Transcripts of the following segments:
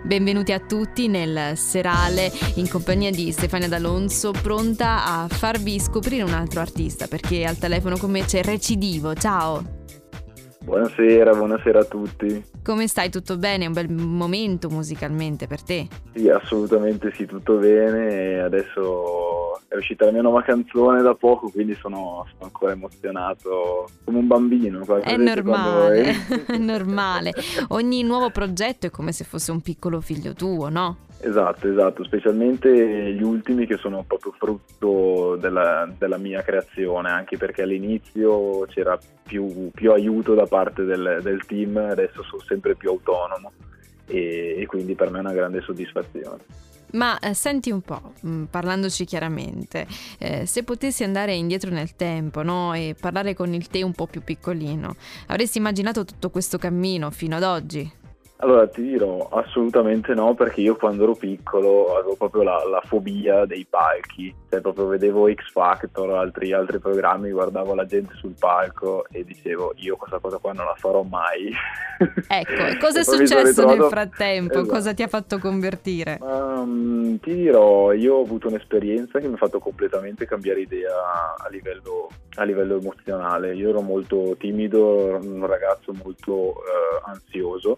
Benvenuti a tutti nel serale in compagnia di Stefania D'Alonso, pronta a farvi scoprire un altro artista, perché al telefono con me c'è Recidivo. Ciao! Buonasera a tutti. Come stai? Tutto bene? È un bel momento musicalmente per te? Sì, assolutamente sì, tutto bene. Adesso è uscita la mia nuova canzone da poco, quindi sono ancora emozionato come un bambino. È normale, è normale. Ogni nuovo progetto è come se fosse un piccolo figlio tuo, no? Esatto, specialmente gli ultimi che sono proprio frutto della mia creazione, anche perché all'inizio c'era più aiuto da parte del team, adesso sono sempre più autonomo e quindi per me è una grande soddisfazione. Ma senti un po', parlandoci chiaramente, se potessi andare indietro nel tempo, no, e parlare con il te un po' più piccolino, avresti immaginato tutto questo cammino fino ad oggi? Allora ti dirò assolutamente no, perché io quando ero piccolo avevo proprio la fobia dei palchi, cioè proprio vedevo X Factor o altri programmi, guardavo la gente sul palco e dicevo io questa cosa qua non la farò mai. Ecco, cosa è successo nel frattempo? Esatto. Cosa ti ha fatto convertire? Ti dirò, io ho avuto un'esperienza che mi ha fatto completamente cambiare idea a livello emozionale. Io ero molto timido, ero un ragazzo molto ansioso.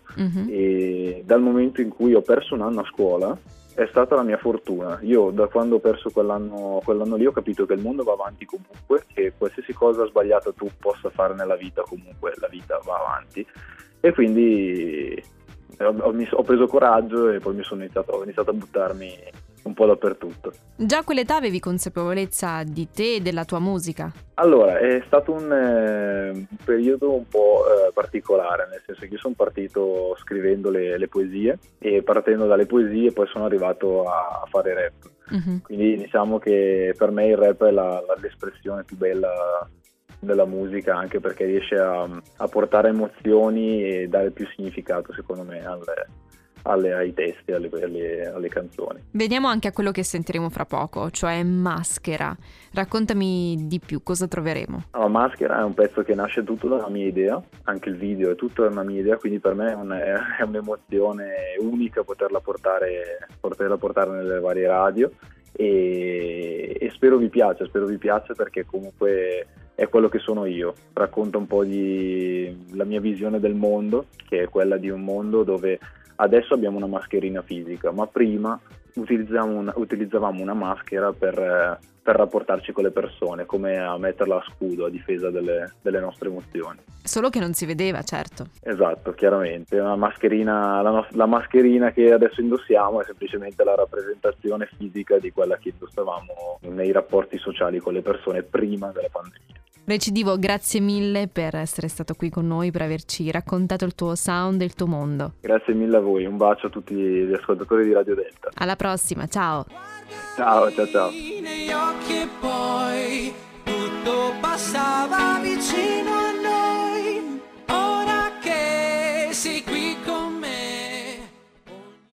E dal momento in cui ho perso un anno a scuola è stata la mia fortuna. Io da quando ho perso quell'anno lì ho capito che il mondo va avanti comunque, che qualsiasi cosa sbagliata tu possa fare nella vita, comunque la vita va avanti, e quindi ho preso coraggio e poi ho iniziato a buttarmi un po' dappertutto. Già a quell'età avevi consapevolezza di te e della tua musica? Allora, è stato un periodo un po' particolare, nel senso che io sono partito scrivendo le poesie e partendo dalle poesie poi sono arrivato a fare rap. Uh-huh. Quindi diciamo che per me il rap è l'espressione più bella della musica, anche perché riesce a portare emozioni e dare più significato, secondo me, ai testi, alle canzoni. Veniamo anche a quello che sentiremo fra poco, cioè Maschera. Raccontami di più, cosa troveremo? Allora, Maschera è un pezzo che nasce tutto dalla mia idea, anche il video è tutto una mia idea, quindi per me è un'emozione unica poterla portare nelle varie radio e spero vi piaccia perché comunque è quello che sono io, racconta un po' di la mia visione del mondo, che è quella di un mondo dove adesso abbiamo una mascherina fisica, ma prima utilizzavamo una maschera per rapportarci con le persone, come a metterla a scudo, a difesa delle nostre emozioni. Solo che non si vedeva, certo. Esatto, chiaramente. Una mascherina, la mascherina che adesso indossiamo è semplicemente la rappresentazione fisica di quella che indossavamo nei rapporti sociali con le persone prima della pandemia. Recidivo, grazie mille per essere stato qui con noi, per averci raccontato il tuo sound e il tuo mondo. Grazie mille a voi, un bacio a tutti gli ascoltatori di Radio Delta. Alla prossima, ciao. Ciao. Negli occhi e poi tutto passava.